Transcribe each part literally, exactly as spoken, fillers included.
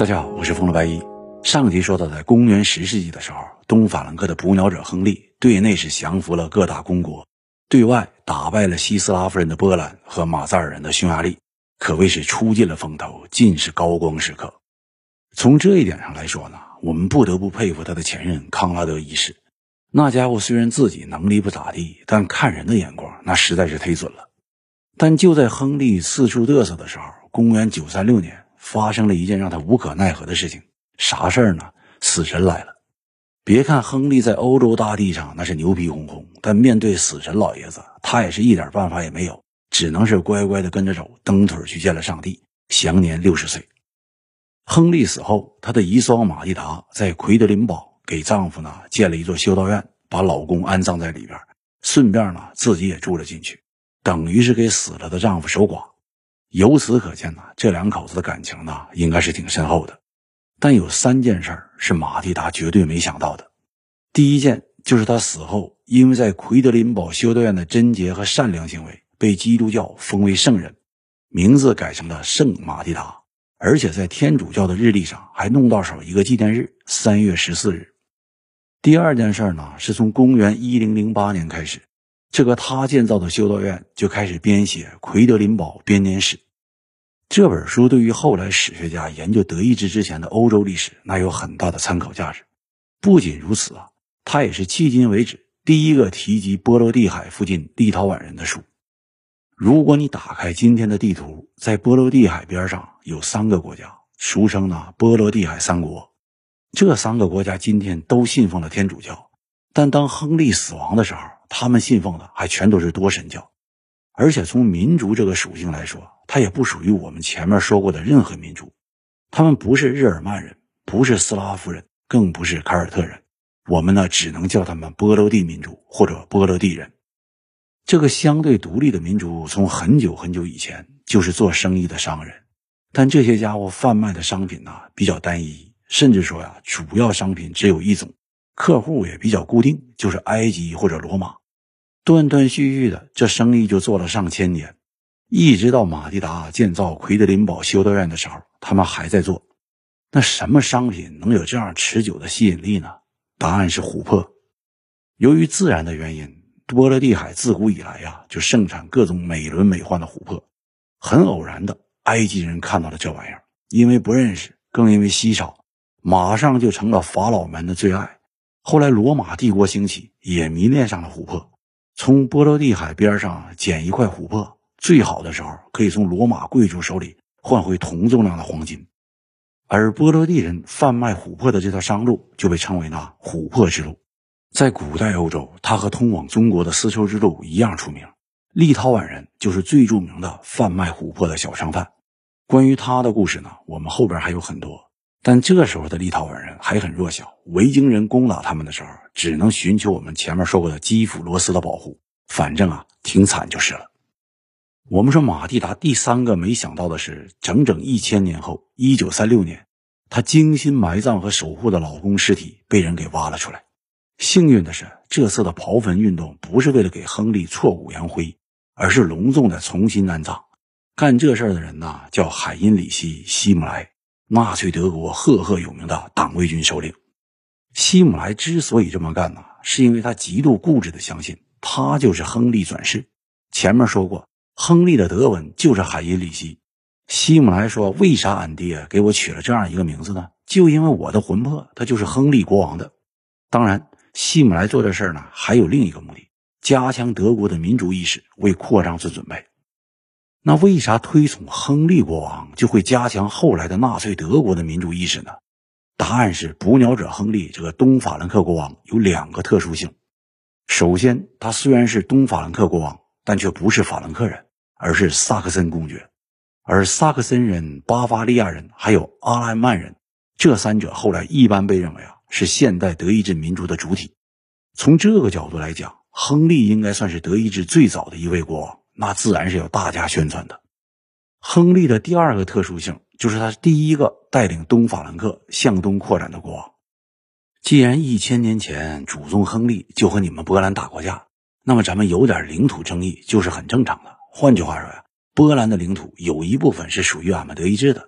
大家好，我是风罗白衣。上集说到，在公元十世纪的时候，东法兰克的捕鸟者亨利对内是降服了各大公国，对外打败了西斯拉夫人的波兰和马扎尔人的匈牙利，可谓是出尽了风头，尽是高光时刻。从这一点上来说呢，我们不得不佩服他的前任康拉德一世。那家伙虽然自己能力不咋地，但看人的眼光那实在是忒准了。但就在亨利四处嘚瑟的时候，公元九三六年发生了一件让他无可奈何的事情。啥事儿呢？死神来了。别看亨利在欧洲大地上那是牛皮哄哄，但面对死神老爷子，他也是一点办法也没有，只能是乖乖的跟着走，蹬腿去见了上帝，享年六十岁。亨利死后，他的遗孀玛蒂达在奎德林堡给丈夫呢建了一座修道院，把老公安葬在里边，顺便呢自己也住了进去，等于是给死了的丈夫守寡。由此可见呢，这两口子的感情呢应该是挺深厚的。但有三件事儿是玛蒂达绝对没想到的。第一件就是他死后，因为在奎德林堡修道院的贞洁和善良行为，被基督教封为圣人，名字改成了圣玛蒂达，而且在天主教的日历上还弄到手一个纪念日，三月十四日。第二件事呢，是从公元一零零八年开始，这个他建造的修道院就开始编写奎德林堡编年史。这本书对于后来史学家研究德意志之前的欧洲历史那有很大的参考价值。不仅如此啊，它也是迄今为止第一个提及波罗的海附近立陶宛人的书。如果你打开今天的地图，在波罗的海边上有三个国家，俗称呢波罗的海三国。这三个国家今天都信奉了天主教，但当亨利死亡的时候，他们信奉的还全都是多神教。而且从民族这个属性来说，它也不属于我们前面说过的任何民族，他们不是日耳曼人，不是斯拉夫人，更不是凯尔特人，我们呢只能叫他们波罗的民族或者波罗的人。这个相对独立的民族从很久很久以前就是做生意的商人，但这些家伙贩卖的商品呢比较单一，甚至说呀主要商品只有一种，客户也比较固定，就是埃及或者罗马。断断续续的，这生意就做了上千年，一直到玛蒂达建造奎德林堡修道院的时候，他们还在做。那什么商品能有这样持久的吸引力呢？答案是琥珀。由于自然的原因，波罗的海自古以来呀就盛产各种美轮美奂的琥珀。很偶然的，埃及人看到了这玩意儿，因为不认识，更因为稀少，马上就成了法老们的最爱。后来罗马帝国兴起，也迷恋上了琥珀。从波罗的海边上捡一块琥珀，最好的时候可以从罗马贵族手里换回同重量的黄金。而波罗的人贩卖琥珀的这条商路就被称为呢琥珀之路。在古代欧洲，它和通往中国的丝绸之路一样出名。立陶宛人就是最著名的贩卖琥珀的小商贩。关于他的故事呢，我们后边还有很多。但这时候的立陶宛人还很弱小，维京人攻打他们的时候，只能寻求我们前面说过的基辅罗斯的保护，反正啊挺惨就是了。我们说玛蒂达第三个没想到的是，整整一千年后一九三六年，她精心埋葬和守护的老公尸体被人给挖了出来。幸运的是，这次的刨坟运动不是为了给亨利挫骨扬灰，而是隆重的重新安葬。干这事儿的人呢，叫海因里希·希姆莱，纳粹德国赫赫有名的党卫军首领。希姆莱之所以这么干呢，是因为他极度固执地相信他就是亨利转世。前面说过，亨利的德文就是海因里希。希姆莱说，为啥俺爹给我取了这样一个名字呢？就因为我的魂魄他就是亨利国王的。当然希姆莱做这事儿呢还有另一个目的，加强德国的民族意识，为扩张做准备。那为啥推崇亨利国王就会加强后来的纳粹德国的民族意识呢？答案是捕鸟者亨利这个东法兰克国王有两个特殊性。首先，他虽然是东法兰克国王，但却不是法兰克人，而是萨克森公爵。而萨克森人、巴伐利亚人还有阿拉曼人，这三者后来一般被认为啊是现代德意志民族的主体。从这个角度来讲，亨利应该算是德意志最早的一位国王，那自然是要大加宣传的。亨利的第二个特殊性就是他是第一个带领东法兰克向东扩展的国王。既然一千年前祖宗亨利就和你们波兰打过架，那么咱们有点领土争议就是很正常的。换句话说呀，波兰的领土有一部分是属于俺们德意志的，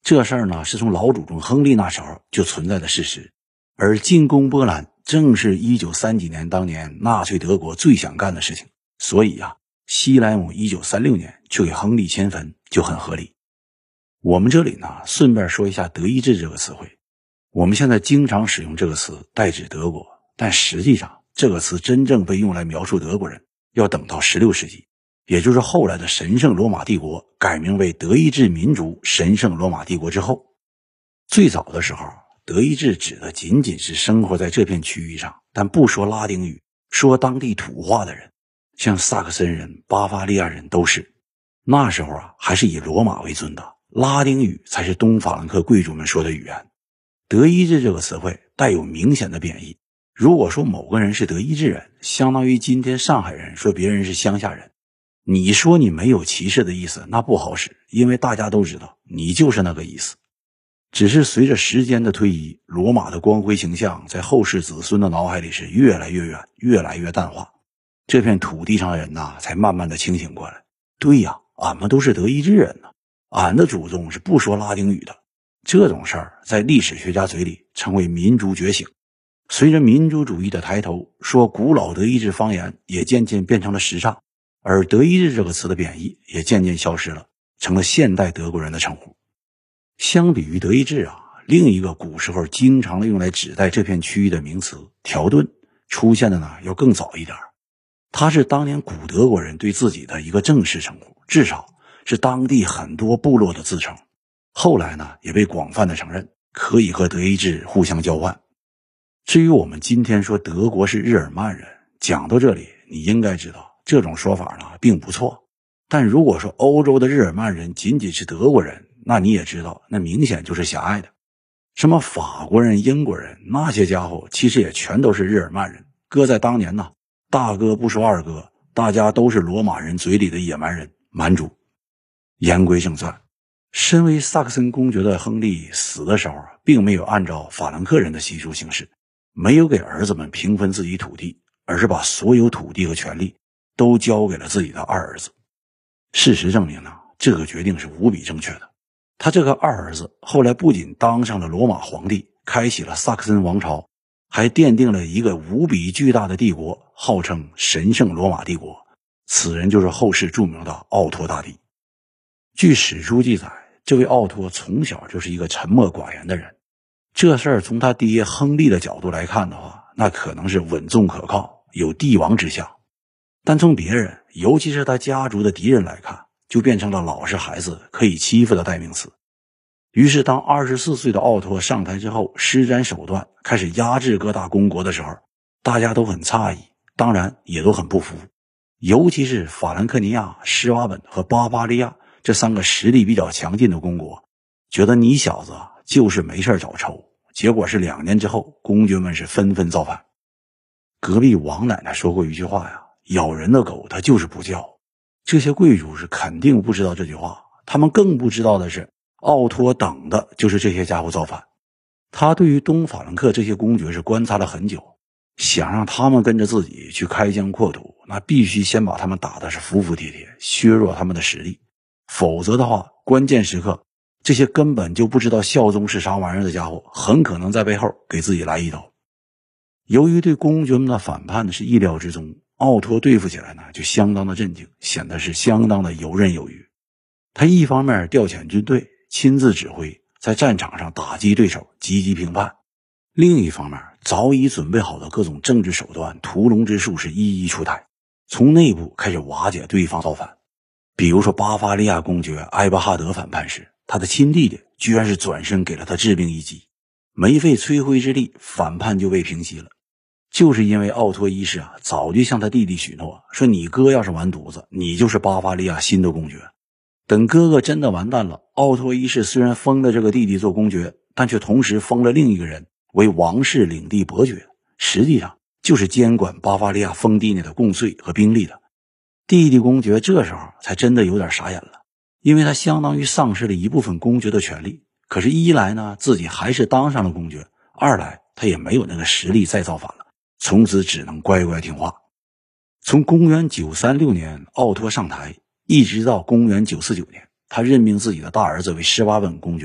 这事儿呢是从老祖宗亨利那时候就存在的事实，而进攻波兰正是一九三几年当年纳粹德国最想干的事情，所以呀，西莱姆一九三六年去给亨利迁坟就很合理。我们这里呢顺便说一下德意志这个词汇，我们现在经常使用这个词代指德国，但实际上这个词真正被用来描述德国人要等到十六世纪，也就是后来的神圣罗马帝国改名为德意志民族神圣罗马帝国之后。最早的时候，德意志指的仅仅是生活在这片区域上但不说拉丁语、说当地土话的人，像萨克森人、巴伐利亚人都是。那时候啊，还是以罗马为尊的，拉丁语才是东法兰克贵族们说的语言。德意志这个词汇带有明显的贬义，如果说某个人是德意志人，相当于今天上海人说别人是乡下人。你说你没有歧视的意思，那不好使，因为大家都知道你就是那个意思。只是随着时间的推移，罗马的光辉形象在后世子孙的脑海里是越来越远，越来越淡化。这片土地上的人呐，才慢慢的清醒过来。对呀，俺们都是德意志人呐，俺的祖宗是不说拉丁语的。这种事儿在历史学家嘴里称为民族觉醒。随着民族主义的抬头，说古老德意志方言也渐渐变成了时尚，而德意志这个词的贬义也渐渐消失了，成了现代德国人的称呼。相比于德意志啊，另一个古时候经常用来指代这片区域的名词条顿出现的呢要更早一点。它是当年古德国人对自己的一个正式称呼，至少是当地很多部落的自称。后来呢也被广泛的承认，可以和德意志互相交换。至于我们今天说德国是日耳曼人，讲到这里你应该知道这种说法呢并不错。但如果说欧洲的日耳曼人仅仅是德国人，那你也知道那明显就是狭隘的。什么法国人、英国人，那些家伙其实也全都是日耳曼人，搁在当年呢，大哥不说二哥，大家都是罗马人嘴里的野蛮人、蛮族。言归正传，身为萨克森公爵的亨利死的时候并没有按照法兰克人的习俗行事，没有给儿子们平分自己土地，而是把所有土地和权利都交给了自己的二儿子。事实证明呢，这个决定是无比正确的。他这个二儿子后来不仅当上了罗马皇帝，开启了萨克森王朝，还奠定了一个无比巨大的帝国，号称神圣罗马帝国。此人就是后世著名的奥托大帝。据史书记载，这位奥托从小就是一个沉默寡言的人。这事儿从他爹亨利的角度来看的话，那可能是稳重可靠，有帝王之相。但从别人，尤其是他家族的敌人来看，就变成了老实孩子可以欺负的代名词。于是当二十四岁的奥托上台之后，施展手段开始压制各大公国的时候，大家都很诧异，当然也都很不服。尤其是法兰克尼亚、施瓦本和巴伐利亚这三个实力比较强劲的公国，觉得你小子就是没事找抽。结果是两年之后，公爵们是纷纷造反。隔壁王奶奶说过一句话呀，咬人的狗它就是不叫。这些贵族是肯定不知道这句话，他们更不知道的是奥托等的就是这些家伙造反。他对于东法兰克这些公爵是观察了很久，想让他们跟着自己去开疆扩土，那必须先把他们打的是服服帖帖，削弱他们的实力。否则的话，关键时刻这些根本就不知道效忠是啥玩意儿的家伙，很可能在背后给自己来一刀。由于对公爵们的反叛呢是意料之中，奥托对付起来呢就相当的镇静，显得是相当的游刃有余。他一方面调遣军队，亲自指挥，在战场上打击对手，积极平叛；另一方面，早已准备好的各种政治手段、屠龙之术是一一出台，从内部开始瓦解对方造反。比如说巴伐利亚公爵埃伯哈德反叛时，他的亲弟弟居然是转身给了他致命一击，没费吹灰之力，反叛就被平息了。就是因为奥托一世啊，早就向他弟弟许诺，说你哥要是完犊子，你就是巴伐利亚新的公爵。等哥哥真的完蛋了，奥托一世虽然封了这个弟弟做公爵，但却同时封了另一个人为王室领地伯爵，实际上就是监管巴伐利亚封地内的贡税和兵力的。弟弟公爵这时候才真的有点傻眼了，因为他相当于丧失了一部分公爵的权利。可是一来呢，自己还是当上了公爵，二来他也没有那个实力再造反了，从此只能乖乖听话。从公元九三六年奥托上台，一直到公元九四九年，他任命自己的大儿子为施瓦本公爵，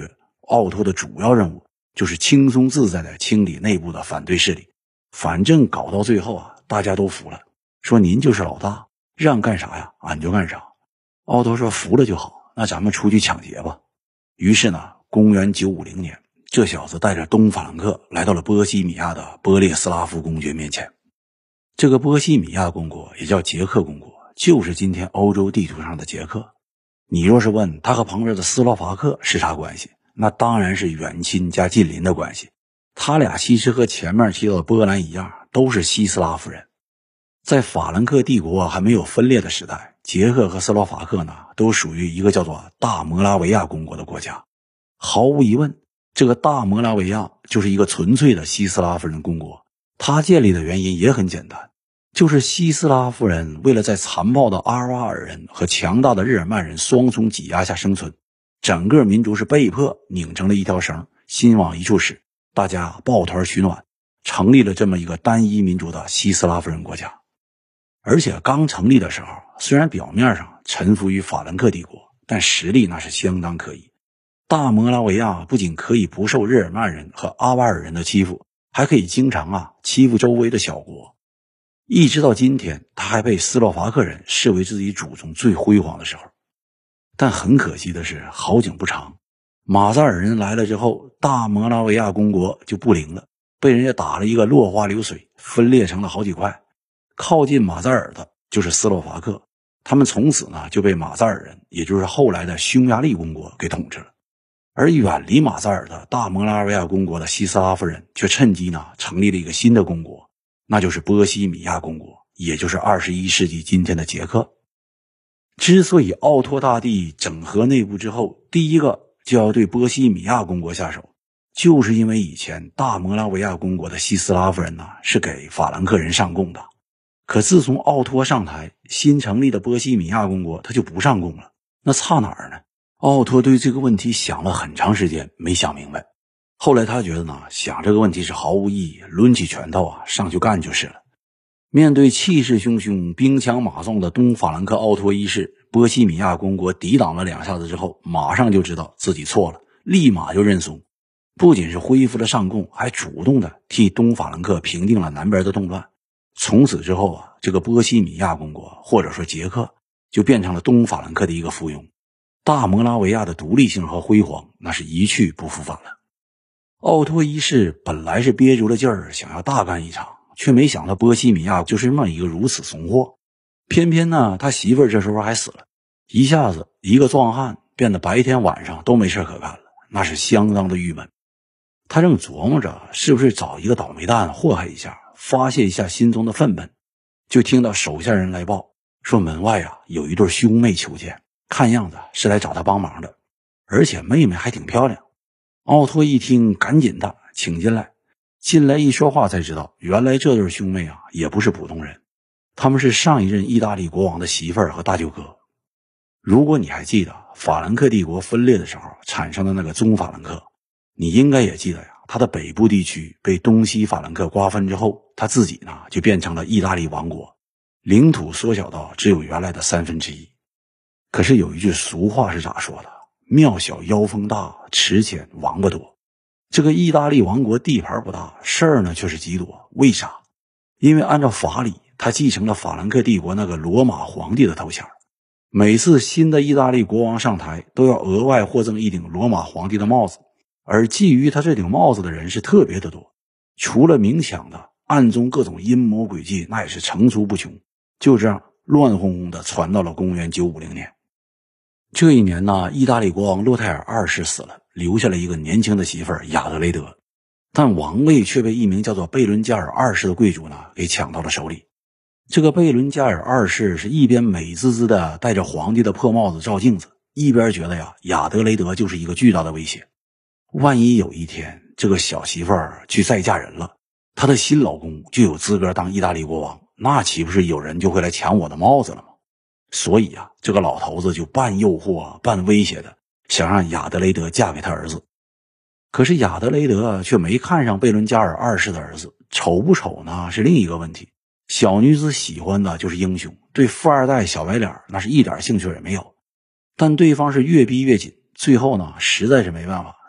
奥托的主要任务就是轻松自在地清理内部的反对势力。反正搞到最后啊，大家都服了，说您就是老大，让干啥呀，俺就干啥。奥托说服了就好，那咱们出去抢劫吧。于是呢，公元九五零年，这小子带着东法兰克来到了波西米亚的波列斯拉夫公爵面前。这个波西米亚公国也叫捷克公国，就是今天欧洲地图上的捷克。你若是问他和旁边的斯洛伐克是啥关系，那当然是远亲加近邻的关系。他俩其实和前面提到的波兰一样，都是西斯拉夫人。在法兰克帝国还没有分裂的时代，捷克和斯洛伐克呢，都属于一个叫做大摩拉维亚公国的国家。毫无疑问，这个大摩拉维亚就是一个纯粹的西斯拉夫人公国。它建立的原因也很简单，就是西斯拉夫人为了在残暴的阿尔瓦尔人和强大的日耳曼人双重挤压下生存，整个民族是被迫拧成了一条绳，心往一处使，大家抱团取暖，成立了这么一个单一民族的西斯拉夫人国家。而且刚成立的时候，虽然表面上臣服于法兰克帝国，但实力那是相当可以。大摩拉维亚不仅可以不受日耳曼人和阿瓦尔人的欺负，还可以经常啊欺负周围的小国。一直到今天，他还被斯洛伐克人视为自己祖宗最辉煌的时候。但很可惜的是，好景不长，马扎尔人来了之后，大摩拉维亚公国就不灵了，被人家打了一个落花流水，分裂成了好几块。靠近马扎尔的就是斯洛伐克，他们从此呢就被马扎尔人，也就是后来的匈牙利公国给统治了。而远离马扎尔的大摩拉维亚公国的西斯拉夫人却趁机呢成立了一个新的公国，那就是波西米亚公国，也就是二十一世纪今天的捷克。之所以奥托大帝整合内部之后，第一个就要对波西米亚公国下手，就是因为以前大摩拉维亚公国的西斯拉夫人呢是给法兰克人上贡的。可自从奥托上台，新成立的波西米亚公国他就不上贡了，那差哪儿呢？奥托对这个问题想了很长时间，没想明白。后来他觉得呢，想这个问题是毫无意义，抡起拳头啊上去干就是了。面对气势汹汹、兵强马壮的东法兰克奥托一世，波西米亚公国抵挡了两下子之后，马上就知道自己错了，立马就认怂，不仅是恢复了上贡，还主动的替东法兰克平定了南边的动乱。从此之后啊，这个波西米亚公国或者说捷克就变成了东法兰克的一个附庸，大摩拉维亚的独立性和辉煌那是一去不复返了。奥托一世本来是憋足了劲儿想要大干一场，却没想到波西米亚就是这么一个如此怂货。偏偏呢他媳妇儿这时候还死了，一下子一个壮汉变得白天晚上都没事可干了，那是相当的郁闷。他正琢磨着是不是找一个倒霉蛋祸害一下，发泄一下心中的愤懑，就听到手下人来报说门外啊有一对兄妹求见，看样子是来找他帮忙的，而且妹妹还挺漂亮。奥托一听赶紧的请进来，进来一说话才知道，原来这对兄妹啊也不是普通人，他们是上一任意大利国王的媳妇儿和大舅哥。如果你还记得法兰克帝国分裂的时候产生的那个中法兰克，你应该也记得呀，他的北部地区被东西法兰克瓜分之后，他自己呢就变成了意大利王国，领土缩小到只有原来的三分之一。可是有一句俗话是咋说的？庙小妖风大，池浅王八多。这个意大利王国地盘不大，事儿呢却是极多。为啥？因为按照法理，他继承了法兰克帝国那个罗马皇帝的头衔，每次新的意大利国王上台都要额外获赠一顶罗马皇帝的帽子，而觊觎他这顶帽子的人是特别的多，除了明抢的，暗中各种阴谋诡计那也是层出不穷。就这样乱哄哄的传到了公元九五零年。这一年呢，意大利国王洛泰尔二世死了，留下了一个年轻的媳妇儿亚德雷德，但王位却被一名叫做贝伦加尔二世的贵族呢给抢到了手里。这个贝伦加尔二世是一边美滋滋的戴着皇帝的破帽子照镜子，一边觉得呀亚德雷德就是一个巨大的威胁。万一有一天这个小媳妇儿去再嫁人了，她的新老公就有资格当意大利国王，那岂不是有人就会来抢我的帽子了吗？所以啊，这个老头子就半诱惑半威胁的想让亚德雷德嫁给他儿子。可是亚德雷德却没看上贝伦加尔二世的儿子，丑不丑呢是另一个问题。小女子喜欢的就是英雄，对富二代小白脸那是一点兴趣也没有。但对方是越逼越紧，最后呢实在是没办法，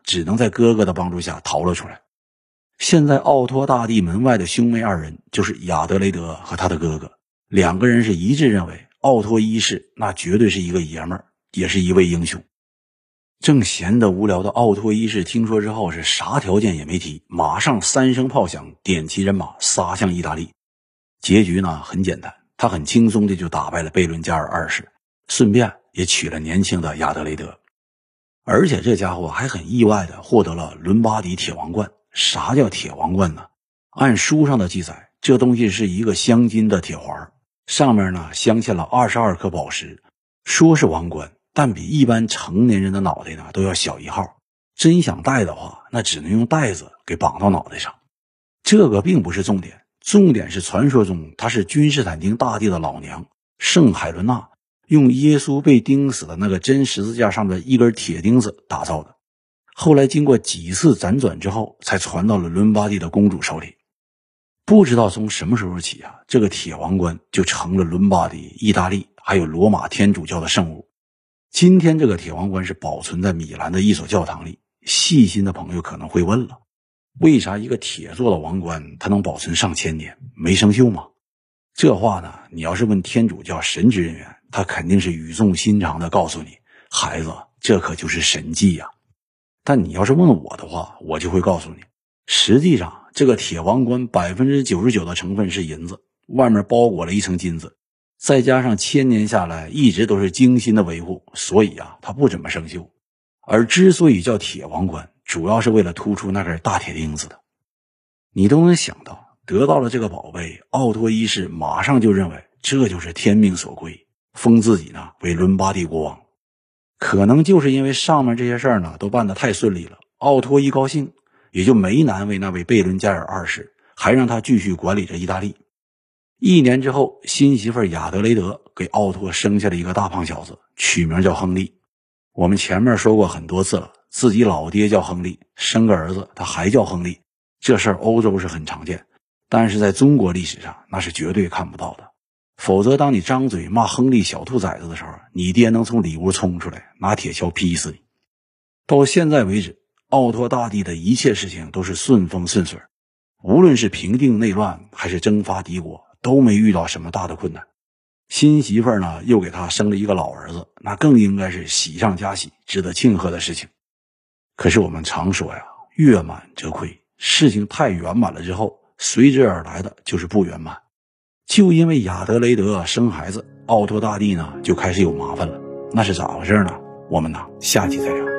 只能在哥哥的帮助下逃了出来。现在奥托大帝门外的兄妹二人就是亚德雷德和他的哥哥，两个人是一致认为奥托一世那绝对是一个爷们儿，也是一位英雄。正闲得无聊的奥托一世听说之后是啥条件也没提，马上三声炮响，点齐人马杀向意大利。结局呢很简单，他很轻松的就打败了贝伦加尔二世，顺便也娶了年轻的亚德雷德。而且这家伙还很意外的获得了伦巴第铁王冠。啥叫铁王冠呢？按书上的记载，这东西是一个镶金的铁环，上面呢镶嵌了二十二颗宝石，说是王冠，但比一般成年人的脑袋呢都要小一号。真想戴的话，那只能用带子给绑到脑袋上。这个并不是重点，重点是传说中他是君士坦丁大帝的老娘圣海伦娜用耶稣被钉死的那个真十字架上的一根铁钉子打造的，后来经过几次辗转之后才传到了伦巴第的公主手里。不知道从什么时候起啊，这个铁王冠就成了伦巴第、意大利还有罗马天主教的圣物。今天这个铁王冠是保存在米兰的一所教堂里。细心的朋友可能会问了，为啥一个铁做的王冠它能保存上千年，没生锈吗？这话呢，你要是问天主教神职人员，他肯定是语重心长的告诉你，孩子，这可就是神迹呀。但你要是问我的话，我就会告诉你，实际上这个铁王冠 百分之九十九 的成分是银子，外面包裹了一层金子，再加上千年下来一直都是精心的维护，所以啊，它不怎么生锈。而之所以叫铁王冠，主要是为了突出那根大铁钉子的。你都能想到，得到了这个宝贝，奥托一世马上就认为这就是天命所归，封自己呢为伦巴第国王。可能就是因为上面这些事儿呢都办得太顺利了，奥托一高兴，也就没难为那位贝伦加尔二世，还让他继续管理着意大利。一年之后，新媳妇亚德雷德给奥托生下了一个大胖小子，取名叫亨利。我们前面说过很多次了，自己老爹叫亨利，生个儿子他还叫亨利，这事儿欧洲是很常见，但是在中国历史上那是绝对看不到的。否则当你张嘴骂亨利小兔崽子的时候，你爹能从里屋冲出来拿铁锹劈死你。到现在为止，奥托大帝的一切事情都是顺风顺水，无论是平定内乱还是征伐敌国，都没遇到什么大的困难。新媳妇儿呢又给他生了一个老儿子，那更应该是喜上加喜，值得庆贺的事情。可是我们常说呀，月满则亏，事情太圆满了之后，随之而来的就是不圆满。就因为亚德雷德生孩子，奥托大帝呢就开始有麻烦了，那是咋回事呢？我们呢下期再聊。